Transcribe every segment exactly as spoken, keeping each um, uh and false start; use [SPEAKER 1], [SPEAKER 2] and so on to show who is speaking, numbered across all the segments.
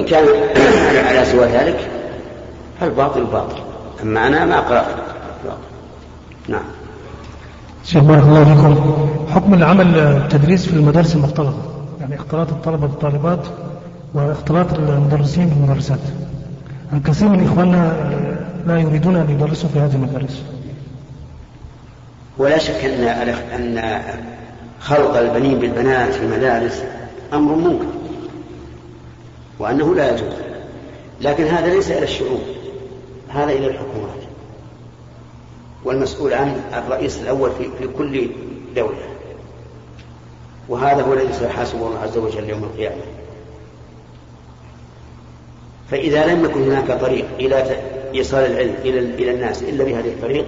[SPEAKER 1] كان على سوى ذلك فالباطل باطل. أما أنا ما أقرأ باطل. نعم.
[SPEAKER 2] شيخ بارك الله فيكم، حكم العمل التدريس في المدارس المختلطة، يعني اختلاط الطلبة بالطالبات واختلاط المدرسين بالمدرسات. الكثير من إخواننا لا يريدون أن يدرسوا في هذه المدارس.
[SPEAKER 1] ولا شك أن أن خلط البنين بالبنات في المدارس أمر منكر وأنه لا يجوز، لكن هذا ليس إلى الشعوب، هذا إلى الحكومات، والمسؤول عن الرئيس الأول في, في كل دولة، وهذا هو الذي سيحاسبه الله عز وجل يوم القيامة. فإذا لم يكن هناك طريق إلى إيصال العلم إلى إلى الناس إلا بهذه الطريق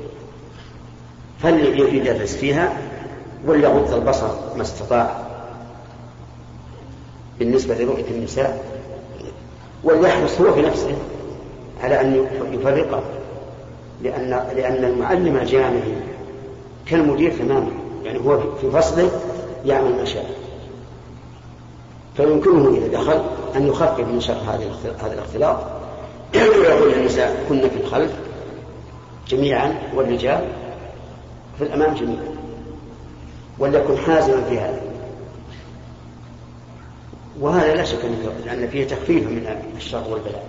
[SPEAKER 1] فليدرس فيها وليغض البصر ما استطاع بالنسبة لرؤية النساء، وليحرص هو في نفسه على أن يفرقه، لأن لأن المعلم الجامعي كالمدير تماما، يعني هو في فصله يعمل ما شاء، فيمكنه إذا دخل أن يخفف من شر هذا الاختلاط ويقول للنساء كن في الخلف جميعا والرجال في الأمام جميعا، وليكن حازما في هذا. وهذا لا شك لأن فيه تخفيف من الشر والبلاء.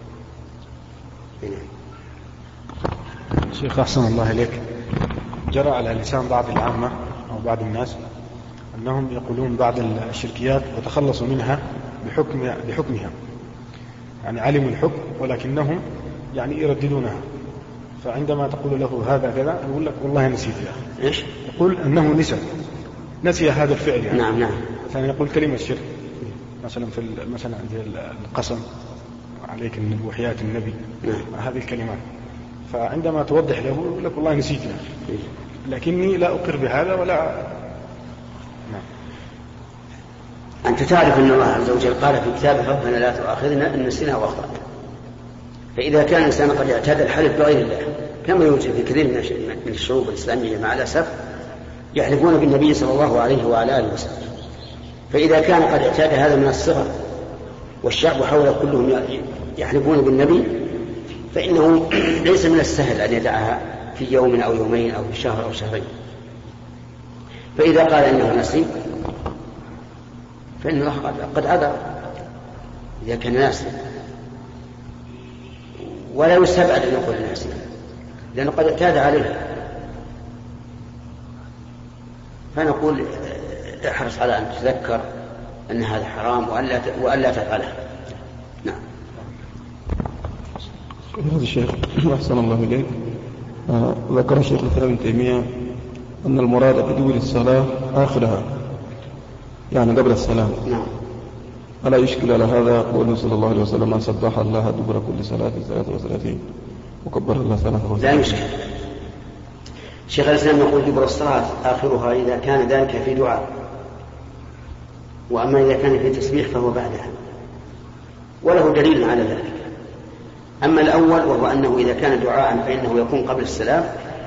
[SPEAKER 3] شيخ أحسن الله إليك، جرى على لسان بعض العامة أو بعض الناس أنهم يقولون بعض الشركيات وتخلصوا منها بحكم بحكمها، يعني علموا الحكم ولكنهم يعني يرددونها، فعندما تقول له هذا كذا يقول لك والله نسيت يا أخي.
[SPEAKER 1] إيش؟
[SPEAKER 3] يقول أنه نسي نسي هذا الفعل يعني.
[SPEAKER 1] نعم نعم.
[SPEAKER 3] مثلا يقول كلمة شرك مثلا في مثلا القسم عليك النبي وحياة النبي،
[SPEAKER 1] نعم.
[SPEAKER 3] هذه الكلمات، فعندما توضح له يقول لك والله نسيت يا أخي لكني لا أقر بهذا ولا. نعم.
[SPEAKER 1] أنت تعرف أن الله عز وجل قال في كتابه ربنا لا تؤاخذنا إن نسينا وأخطأنا، فإذا كان الإنسان قد اعتاد الحلف بغير الله كما يوجد في كثير من الشعوب الإسلامية مع الأسف يحلفون بالنبي صلى الله عليه وعلى آله وسلم، فإذا كان قد اعتاد هذا من الصغر والشعب حوله كلهم يحلفون بالنبي فإنه ليس من السهل أن يدعها في يوم أو يومين أو في شهر أو شهرين. فإذا قال إنه نسي فإن الله قد عذر إذا كان ناسي، ولا يستبعد أن يقول ناسي لأنه قد اعتاد عليه. فنقول احرص على أن تذكر أن هذا حرام وألا تفعله. نعم.
[SPEAKER 4] هذا الشيخ أحسن الله إليك، آه ذكر الشيخ الإسلام ابن تيمية أن المراد بدول الصلاة آخرها يعني قبل السلام.
[SPEAKER 1] نعم.
[SPEAKER 4] ألا يشكل على هذا قوله صلى الله عليه وسلم من سبح الله دبر كل صلاة ثلاثة وثلاثين وكبر الله ثلاثة
[SPEAKER 1] لا يشكل. شيخ الإسلام يقول دبر الصلاة آخرها إذا كان ذلك في دعاء، وأما إذا كان في تسبيح فهو بعدها، وله دليل على ذلك. أما الأول وهو أنه إذا كان دعاء فإنه يكون قبل السلام،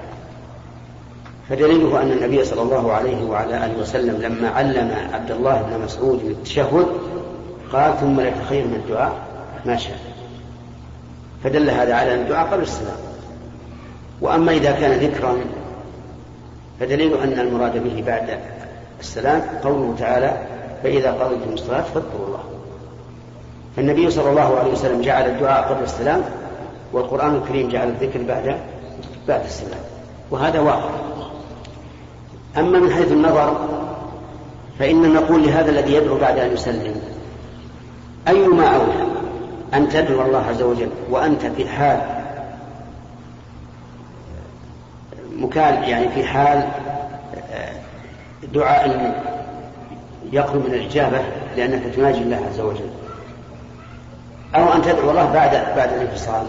[SPEAKER 1] فدليله أن النبي صلى الله عليه وعلى آله وسلم لما علم عبد الله بن مسعود التشهد قال ثم ليتخير من الدعاء ما شاء، فدل هذا على أن الدعاء قبل السلام. وأما إذا كان ذكرا فدليل أن المراد به بعد السلام قوله تعالى فإذا قضيتم الصلاة فاذكروا الله. فالنبي صلى الله عليه وسلم جعل الدعاء قبل السلام، والقرآن الكريم جعل الذكر بعد بعد السلام، وهذا واقع. أما من حيث النظر فإن نقول لهذا الذي يدعو بعد أن يسلم أيما أولى أن تدعو الله عز وجل وأنت في حال مكال، يعني في حال دعاء يقرب من الإجابة لأنك تناجي الله عز وجل، أو أن تدعو الله بعد بعد الانفصال.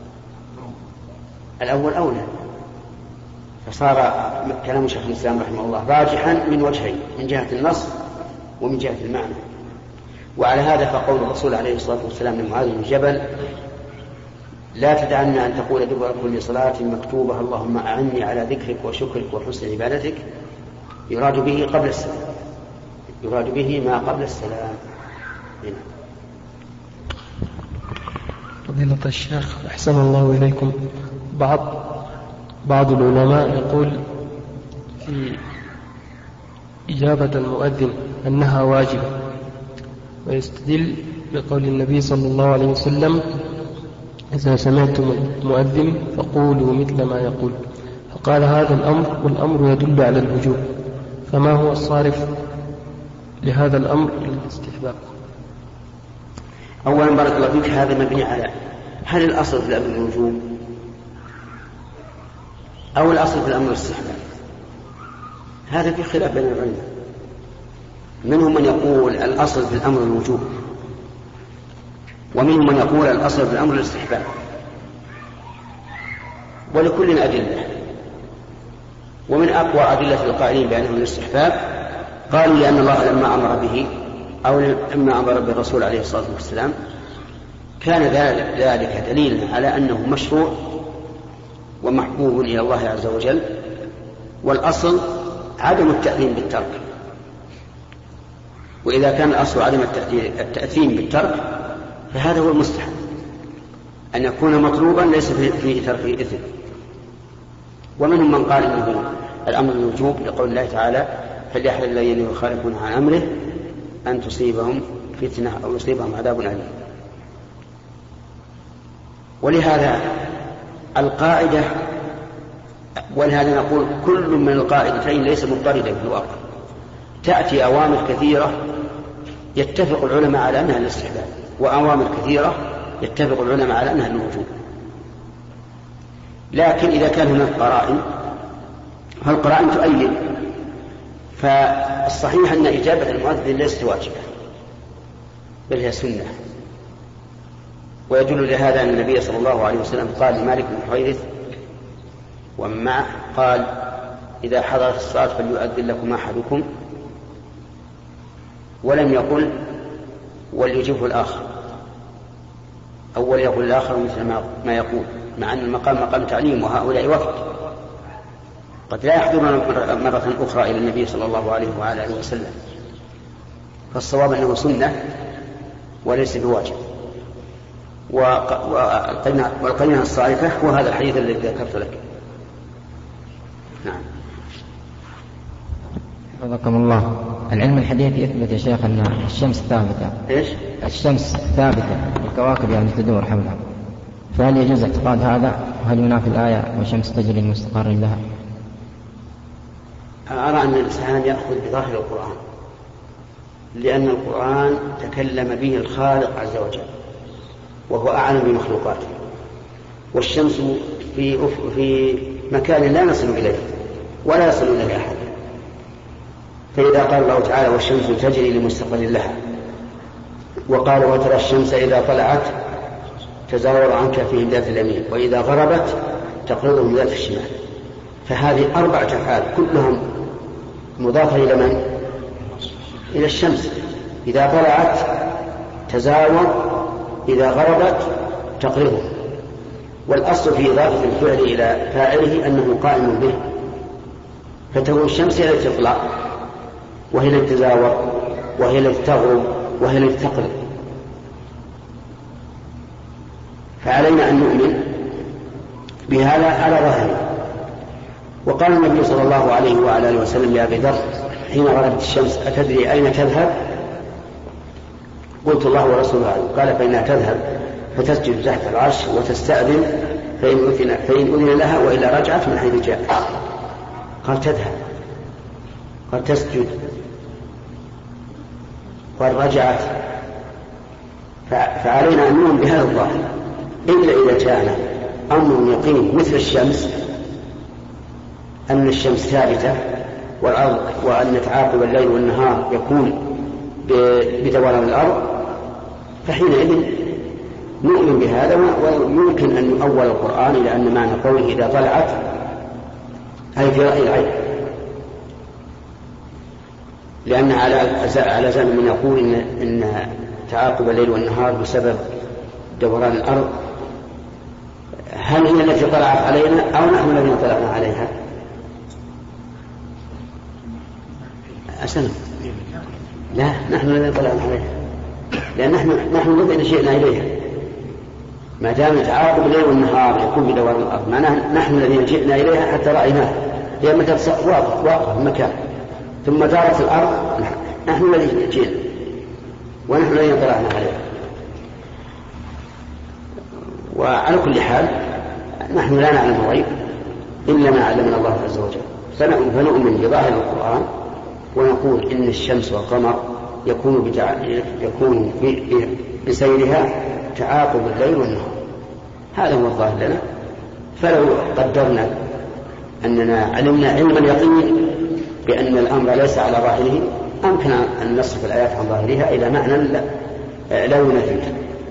[SPEAKER 1] الأول أولى، فصار كلام شيخ الإسلام رحمه الله راجحا من وجهين، من جهة النص ومن جهة المعنى. وعلى هذا فقول الرسول عليه الصلاة والسلام لمعاذ بن جبل لا تدعنا أن تقول دبر كل صلاة مكتوبة اللهم أعني على ذكرك وشكرك وحسن عبادتك، يراد به قبل السلام، يراد به ما قبل السلام. هنا.
[SPEAKER 5] فضيلة الشيخ أحسن الله إليكم، بعض بعض العلماء يقول في إجابة المؤذن أنها واجبة، ويستدل بقول النبي صلى الله عليه وسلم: إذا سمعتم المؤذن فقولوا مثل ما يقول. فقال هذا الأمر والأمر يدل على الوجوب، فما هو الصارف لهذا الأمر للاستحباب؟
[SPEAKER 1] أولا بارك الله فيك، هذا مبني على هل الأصل في الأمر الوجوب أو الأصل في الأمر الاستحباب؟ هذا في خلاف بين العلماء، منهم من يقول الأصل في الأمر الوجوب، ومنهم من يقول الأصل في الأمر الاستحباب، ولكل أدلة. ومن أقوى أدلة القائلين بأنه الاستحباب قالوا لأن الله لما أمر به أو لما أمر بالرسول عليه الصلاة والسلام كان ذلك دليلا على أنه مشروع ومحبوب إلى الله عز وجل، والأصل عدم التأثيم بالترك. وإذا كان الأصل عدم التأثيم بالترك فهذا هو المستحب، أن يكون مطلوبا ليس فيه ترك إثم. ومنهم من قال إنه الأمر الوجوب لقول الله تعالى: فليحذر الذين يخالفون عن أمره أن تصيبهم فتنة أو يصيبهم عذاب أليم. ولهذا القاعدة ولهذا نقول كل من القاعدتين ليس مضطردا في الواقع. تأتي أوامر كثيرة يتفق العلماء على أنها الاستحباب، وأوامر كثيرة يتفق العلماء على أنها الوجوب. لكن إذا كان هناك قرائن فالقرائن تؤيد، فالصحيح أن إجابة المؤذن ليست واجبة بل هي سنة. ويدل لهذا أن النبي صلى الله عليه وسلم قال لمالك بن حويرث ومن معه قال: إذا حضرت الصلاة فليؤذن لكم أحدكم، ولم يقل وليجبه الآخر أو وليقول الآخر مثل ما يقول، مع أن المقام مقام تعليم وهؤلاء وفد قد لا يحضرون مرة أخرى إلى النبي صلى الله عليه وعلى آله وسلم. فالصواب أنه سنة وليس بواجب. والقرينة الصارفة هو هذا الحديث الذي ذكرت لك. نعم.
[SPEAKER 6] حفظكم الله. العلم الحديث يثبت يا شيخ أن الشمس ثابتة.
[SPEAKER 1] إيش؟
[SPEAKER 6] الشمس ثابتة، الكواكب يعني تدور حولها، فهل يجوز اعتقاد هذا؟ وهل ينافي الآية والشمس تجري لمستقر لها؟
[SPEAKER 1] أرى أن الإنسان يأخذ بظاهر القرآن، لأن القرآن تكلم به الخالق عز وجل وهو أعلم بمخلوقاته، والشمس في في مكان لا نصل إليه ولا يصل إليه أحد. فإذا قال الله تعالى: والشمس تجري لمستقر لها، وقال: وترى الشمس إذا طلعت تزاور عن كهفهم ذات اليمين وإذا غربت تقرضهم ذات الشمال، فهذه أربعة أفعال كلهم مضافة إلى من؟ إلى الشمس. إذا طلعت تزاور، إذا غربت تقرضه. والأصل في إضافة الفعل إلى فاعله أنه قائم به، فتكون الشمس هي التي تطلع وهي التي تزاور وهي التي تغرب وهي التي تقرض. فعلينا أن نؤمن بهذا على ظاهره. وقال النبي صلى الله عليه وعلى آله وسلم لأبي ذر حين غربت الشمس: أتدري أين تذهب؟ قلت: الله ورسوله أعلم. قال: فإنها تذهب فتسجد تحت العرش وتستأذن فإن أذن, فإن أذن لها وإلا رجعت من حيث جاءت. قال: تذهب، قال: تسجد، قال: رجعت. فعلينا أن نؤمن بهذا الظاهر، إلا إذا جاءنا أمر يقين مثل الشمس، أن الشمس ثابتة والأرض، وأن تعاقب الليل والنهار يكون بدوران الأرض، فحينئذ نؤمن بهذا. ويمكن أن يؤول القرآن إلى أن معنى قوله إذا طلعت أي في رأي العين، لأن على زمن من يقول إن, إن تعاقب الليل والنهار بسبب دوران الأرض. هل هي التي طلعت علينا أو نحن الذين طلعنا عليها؟ أسلم. لا، نحن الذين طلعنا عليها، لأن نحن نحن الذين شئنا إليها. ما دام تعاقب الليل والنهار يكون بدوام الأرض معناه نحن الذين جئنا إليها حتى رأيناها، هي متى واقف واقف المكان ثم دارت الأرض نحن الذين جئنا ونحن الذين طلعنا عليها. وعلى كل حال نحن لا نعلم الغيب إلا ما علمنا الله عز وجل، فنؤمن بظاهر القرآن ونقول إن الشمس والقمر يكون بتع... يكون بسيرها تعاقب الليل والنهار، هذا هو الظاهر لنا. فلو قدرنا أننا علمنا علما يقين بأن الأمر ليس على ظاهره أمكن أن نصرف الآيات عن ظاهرها إلى معنى لا ينافيه.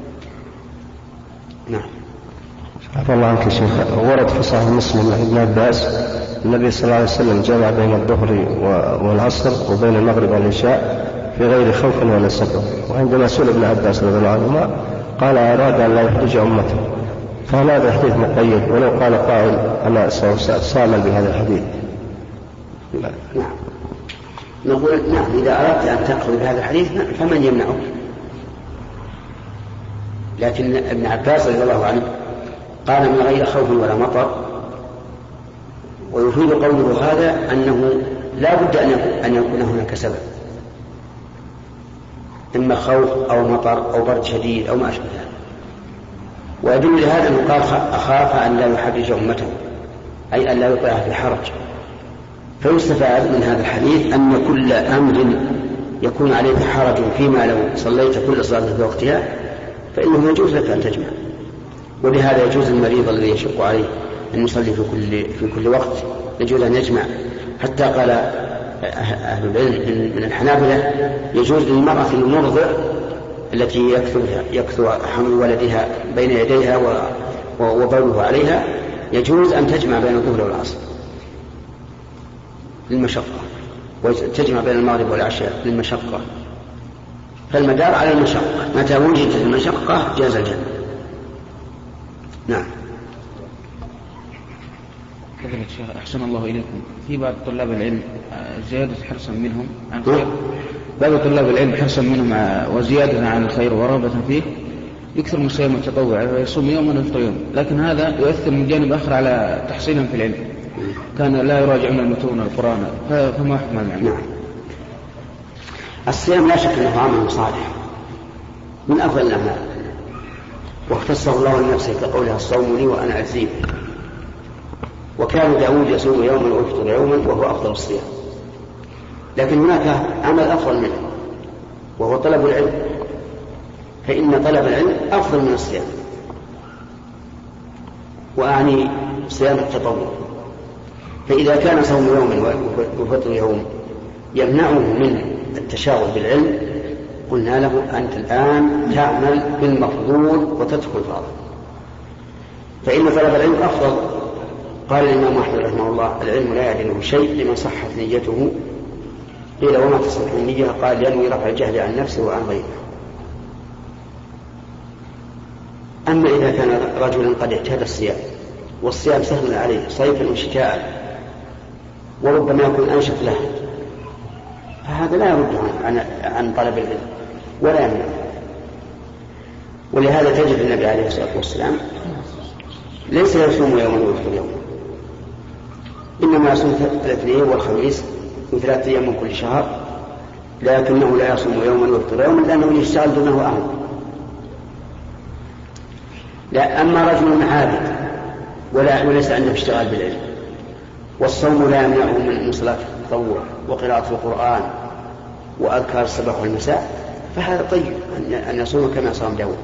[SPEAKER 1] نعم.
[SPEAKER 7] عفى الله عنك يا شيخ، ورد في صحيح مسلم عن ابن عباس النبي صلى الله عليه وسلم جمع بين الظهر والعصر وبين المغرب والعشاء في غير خوف ولا سفر، وعندما سئل ابن عباس رضي الله عنهما قال أراد أن لا يحرج أمته، فهل هذا الحديث مقيد؟ ولو قال قائل أنا سأعمل بهذا الحديث.
[SPEAKER 1] نعم نقول نعم إذا أردت أن تأخذ بهذا الحديث فمن يمنعك؟ لكن ابن عباس رضي الله عنه قال من غير خوف ولا مطر، ويفيد قوله هذا أنه لا بد أن يكون هناك سبب، إما خوف أو مطر أو برد شديد أو ما أشبه ذلك. ويدل لهذا أنه قال أخاف أن لا يحرج أمته، أي أن لا يوقعها في حرج. فيستفاد من هذا الحديث أن كل أمر يكون عليك حرج فيما لو صليت كل صلاة في وقتها فإنه يجوز لك أن تجمع، ولهذا يجوز المريض الذي يشق عليه أن يصلي في كل في كل وقت يجوز أن يجمع. حتى قال أهل العلم من الحنابلة يجوز للمرأة المرضع التي يكثر يكثر حمل ولدها بين يديها وبوله عليها يجوز أن تجمع بين الظهر والعصر للمشقة، وتجمع بين المغرب والعشاء للمشقة. فالمدار على المشقة، متى وجدت المشقة جاز الجمع. نعم.
[SPEAKER 8] كذلك شيخ أحسن الله إليكم، في بعض طلاب العلم زيادة حرصا منهم عن الخير، بعض طلاب العلم حرصا منهم وزيادة عن الخير ورغبة فيه يكثر من الصيام التطوع ويصوم يوما ويفطر يوم، لكن هذا يؤثر من جانب آخر على تحصيلهم في العلم، كان لا يراجعون المتون القرآن، فما حكم المعنى؟
[SPEAKER 1] نعم. الصيام لا شك أنه عمل صالح من أفضل الأعمال، واختصه الله لنفسه كقولها الصوم لي وأنا أجزيه. وكان داود يصوم يوما ويفطر يوما وهو أفضل الصيام. لكن هناك عمل أفضل منه وهو طلب العلم، فإن طلب العلم أفضل من الصيام، وأعني صيام التطوع. فإذا كان صوم يوم وفطر يوم يمنعه من التشاغل بالعلم قلنا له أنت الآن تعمل بالمفضول وتترك الفاضل، فإن طلب العلم أفضل. قال الإمام أحمد رحمه الله العلم لا يعدله شيء لمن صحت نيته. قيل وما تصح النية؟ قال ينوي رفع الجهل عن نفسه وعن غيره. أما إذا كان رجلا قد اعتاد الصيام والصيام سهل عليه صيفا وشتاء وربما يكون أنشط له، فهذا لا يرد عن, عن طلب العلم ولا يمنع. ولهذا تجد النبي عليه الصلاة والسلام ليس يصوم يوما ويفطر يوما، إنما يصوم الاثنين والخميس وثلاثة أيام من كل شهر، لكنه لا يصوم يوما ويفطر يوما لأنه يشتغل دونه أعمى. لا، أما رجل عابد ولا وليس عنده اشتغال بالعلم والصوم لا يمنعه من صلاة التطوع وقراءة القرآن وأذكار الصباح والمساء، فهذا طيب أن يصوم كما صام داود.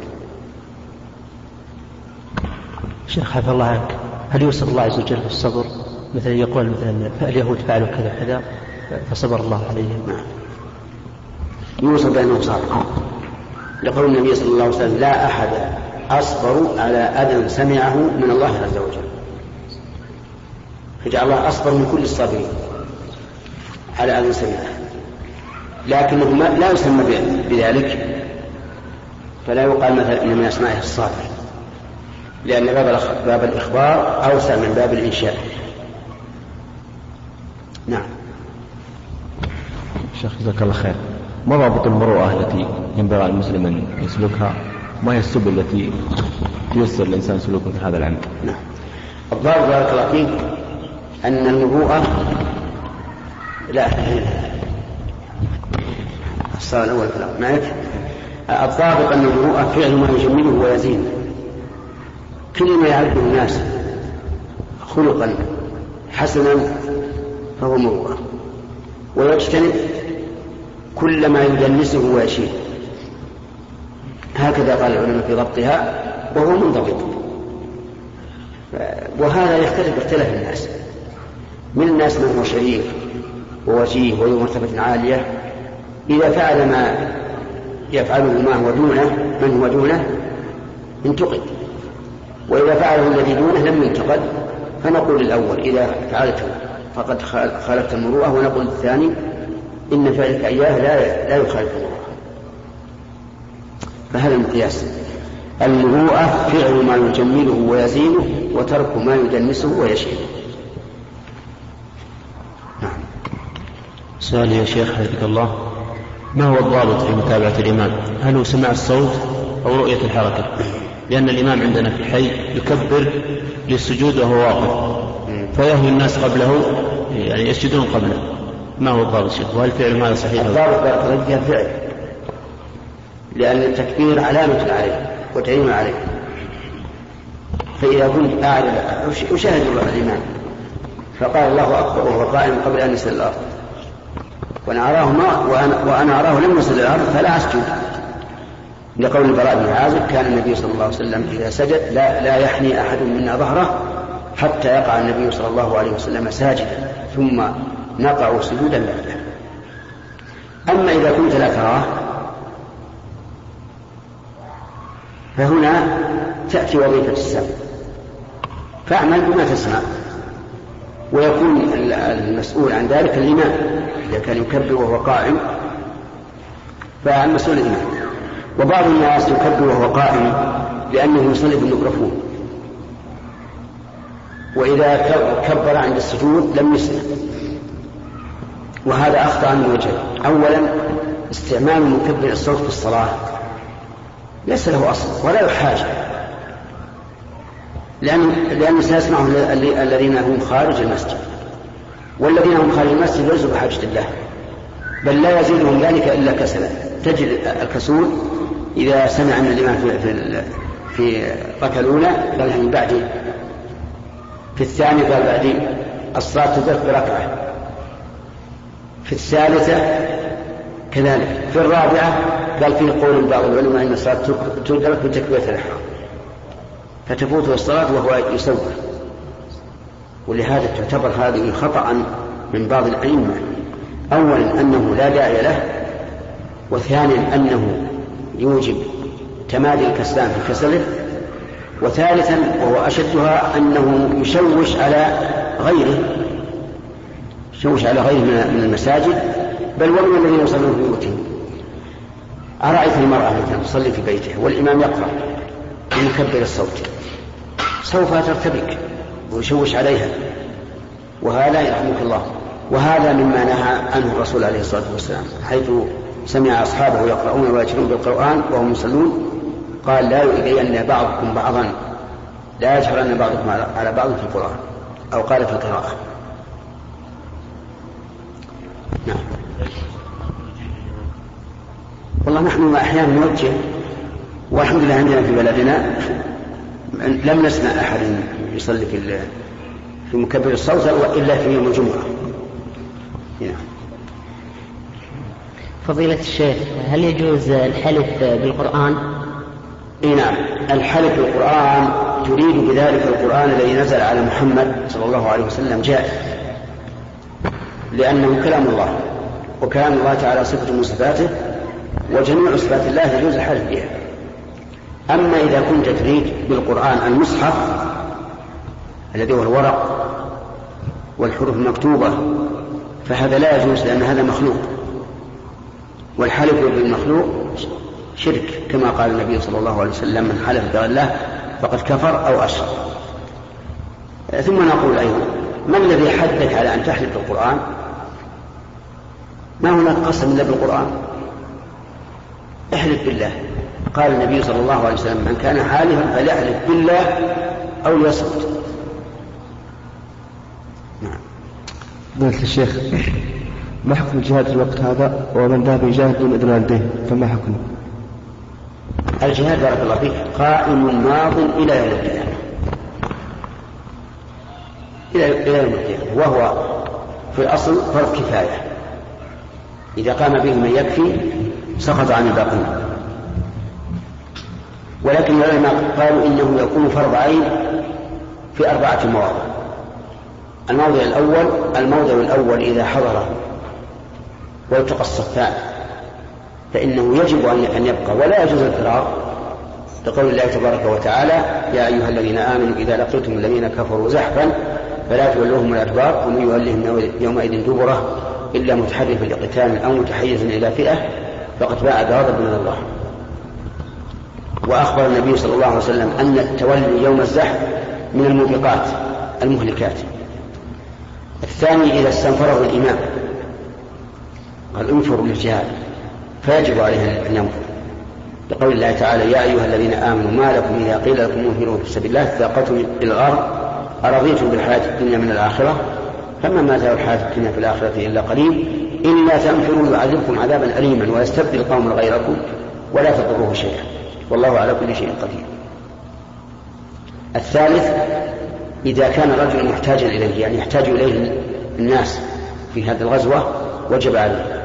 [SPEAKER 9] شيخ حفظ الله عنك، هل يوصف الله عز وجل بالصبر؟ مثلا يقول مثلا اليهود فعلوا كذا كذا فصبر الله عليهم.
[SPEAKER 1] نعم، يوصف بأنه صابر، لقول النبي صلى الله عليه وسلم لا أحد أصبر على أذى سمعه من الله عز وجل، فجعل الله أصبر من كل الصابرين على أذى سمعه، لكنه لا يسمى بذلك، فلا يقال مثلا إن من أسمائه الصابر، لأن باب الإخبار أوسع من باب الإنشاء. نعم.
[SPEAKER 10] شيخ جزاك الله خير، ما ضابط المروءة التي ينبغي المسلم أن يسلكها؟ ما هي السبل التي
[SPEAKER 8] يسر الإنسان سلوكه في هذا العمل.
[SPEAKER 1] نعم. الضابط بارك الله فيك أن المروءة لا الصلاة الأول كلام معك. الضابط أن المروءة فعل ما يجمله ويزينه، كل ما يعرفه الناس خلقا حسنا فهو مروءة، ويجتنب كل ما يدنسه ويشيه. هكذا قال العلماء في ضبطها وهو منضبط. وهذا يختلف باختلاف الناس، من الناس من هو شريف ووجيه وذو مرتبة عالية إذا فعل ما يفعله ما هو دونه من هو دونه انتقد، وإذا فعله الذي دونه لم ينتقد، فنقول الأول إذا فعلته فقد خالفت المروءة، ونقول الثاني إن فعلك إياه لا لا يخالف المروءة. فهذا المقياس. المروءة فعل ما يجمله ويزينه، وترك ما يدنسه ويشينه. نعم.
[SPEAKER 9] سؤال يا شيخ حفظك الله، ما هو الضابط في متابعة الإمام؟ هل هو سماع الصوت أو رؤية الحركة؟ لأن الإمام عندنا في الحي يكبر للسجود وهو واقف، فيهوي الناس قبله يعني يسجدون قبله. ما هو الضابط شيخ؟ وهل فعل هذا صحيح؟
[SPEAKER 1] الضابط بارك فعل، لأن التكبير علامة عليه وتعين عليه. فإذا كنت أعلم أشاهد الإمام فقال الله أكبر وهو قائم قبل أن يسجد الأرض، وأنا أراه ما وأنا, وأنا أراه لم يسجد الأرض فلا أسجد، لقول البراء بن عازب كان النبي صلى الله عليه وسلم إذا سجد لا, لا يحني أحد منا ظهره حتى يقع النبي صلى الله عليه وسلم ساجدا ثم نقع سجودا بعده. أما إذا كنت لا تراه فهنا تأتي وظيفة السمع، فاعمل بما تسمع، ويكون المسؤول عن ذلك الإمام إذا كان يكبر وهو قائم فالمسؤول الإمام. وبعض الناس يكبر وهو قائم لأنه يصلي بالميكروفون، وإذا كبر عند السجود لم يسمع، وهذا أخطأ من وجهين. أولا استعمال المكبر الصوت في الصلاة ليس له أصل ولا يحاج، لأن لأنه سيسمعه الذين هم خارج المسجد، والذين هم خارج المسجد ليسوا بحاجة الله، بل لا يزيدهم ذلك إلا كسلا. تجد الكسول إذا سمع أن الإمام في في في الركعة الأولى قال من بعد، في الثانية قال بعد الصلاة تدرك بركعة، في الثالثة كذلك، في الرابعة قال فيه قول بعض العلماء أن الصلاة تدرك بتكبيرة الإحرام، فتفوته الصلاة وهو يسوى. ولهذا تعتبر هذه خطأ من بعض الأئمة، أولا أنه لا داعي له، وثانيا أنه يوجب تمادي الكسلان في كسله، وثالثا وهو أشدها أنه يشوش على غيره يشوش على غيره من المساجد بل ومن الذين يصلون في بيوتهم. أرأيت المرأة مثلا تصلي في بيتها والإمام يقرأ بمكبر الصوت، سوف ترتبك ويشوش عليها، وهذا يرحمك الله. وهذا مما نهى عنه الرسول عليه الصلاة والسلام، حيث سمع أصحابه يقرؤون ويتلون بالقرآن وهم يصلون قال لا يؤذين بعضكم بعضا، لا يجهرن بعضكم على بعض في القرآن، أو قال في القراءة. نعم. والله نحن أحيانا نوجه، والحمد لله عندنا في بلدنا لم نسمع أحد يصلي في في مكبر الصوت إلا في يوم الجمعة. نعم.
[SPEAKER 10] فضيلة الشيخ، هل يجوز الحلف بالقرآن؟
[SPEAKER 1] إيه نعم، الحلف بالقرآن تريد بذلك القرآن الذي نزل على محمد صلى الله عليه وسلم جاء، لأنه كلام الله، وكلام الله تعالى صفة من صفاته، وجميع صفات الله يجوز الحلف بها. أما إذا كنت تريد بالقرآن المصحف الذي هو الورق والحروف المكتوبة فهذا لا يجوز، لأن هذا مخلوق، والحلف بالمخلوق شرك، كما قال النبي صلى الله عليه وسلم من حلف بغير الله فقد كفر أو أشرك. ثم نقول أيضا من الذي حدك على أن تحلف بالقرآن؟ ما هناك قسم إلا بالقرآن، احلف بالله فقال النبي صلى الله عليه وسلم من كان حالفا فليحلف بالله أو ليصمت.
[SPEAKER 7] نعم. قلت الشيخ ما حكم الجهاد في الوقت هذا ومن ذهب يجاهد دون إذن والديه فما حكمه؟
[SPEAKER 1] الجهاد بارك الله فيك قائم ماض إلى يوم القيامة، إلى يوم القيامة، وهو في الأصل فرض كفاية، إذا قام به من يكفي سقط عن الباقين. ولكن العلماء قالوا إنه يكون فرض عين في أربعة مواضع. الموضع الأول الموضع الأول إذا حضره والتقى الصفان فإنه يجب أن يبقى ولا يجوز الفرار، لقول الله تبارك وتعالى يا أيها الذين آمنوا إذا لقيتم الذين كفروا زحفا فلا تولوهم الأدبار ومن يولهم يومئذ دبره إلا متحرفا لقتال أو متحيزا إلى فئة فقد باء بغضب من الله. وأخبر النبي صلى الله عليه وسلم أن التولي يوم الزحف من الموبقات المهلكات. الثاني إذا استنفره الإمام قال انفروا للجهاد فيجب عليه أن ينفر، لقول الله تعالى يا أيها الذين آمنوا ما لكم إذا قيل لكم انفروا في سبيل الله ثاقلتم إلى الأرض أرضيتم بالحياة الدنيا من الآخرة فما متاع الحياة الدنيا في الآخرة إلا قليل إلا تنفروا يعذبكم عذابا أليما ويستبدل قوما غيركم ولا تضروه شيئا والله على كل شيء قدير. الثالث إذا كان الرجل محتاجا إليه يعني يحتاج إليه الناس في هذه الغزوة وجب عليه،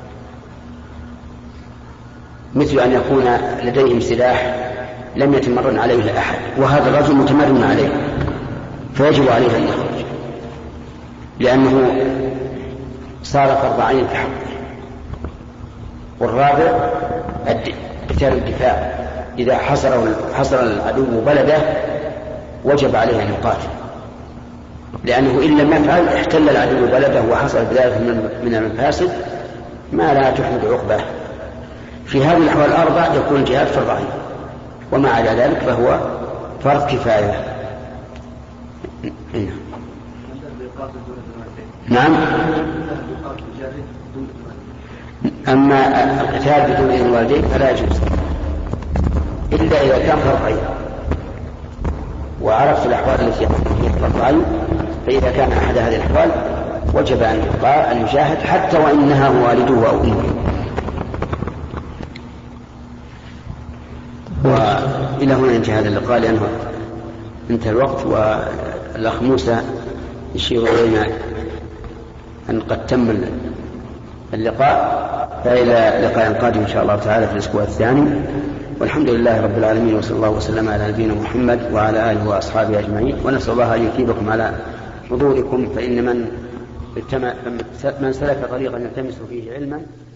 [SPEAKER 1] مثل أن يكون لديهم سلاح لم يتمرن عليه أحد وهذا الرجل متمرن عليه فيجب عليه أن يخرج لأنه صار فرض عين في حقه. والرابع قتال الدفاع إذا حصر حصر العدو بلده وجب عليه أن يقاتل، لأنه إن لم يفعل احتل العدو بلده وحصل بذلك من المفاسد ما لا تحمد عقباه. في هذه الأحوال الأربع يكون الجهاد فرض عين، وما عدا ذلك فهو فرض كفاية. نعم. أما القتال بدون إذن الوالدين فلا يجوز إلا إذا كان فرض عين، وعرفت الأحوال التي هي فرض عين فإذا كان أحد هذه الأحوال وجب أن يقال أن يجاهد حتى وإن نهاه والده أو أمه. وإلى هنا انتهى هذا اللقاء لأنه انتهى الوقت، والأخ موسى يشير إلينا أن قد تم اللقاء، فإلى لقاء قادم إن شاء الله تعالى في الأسبوع الثاني. والحمد لله رب العالمين وصلى الله وسلم على نبينا محمد وعلى آله وأصحابه أجمعين، ونسأل الله أن يثيبكم على حضوركم، فإن من من سلك طريقا يلتمس فيه علما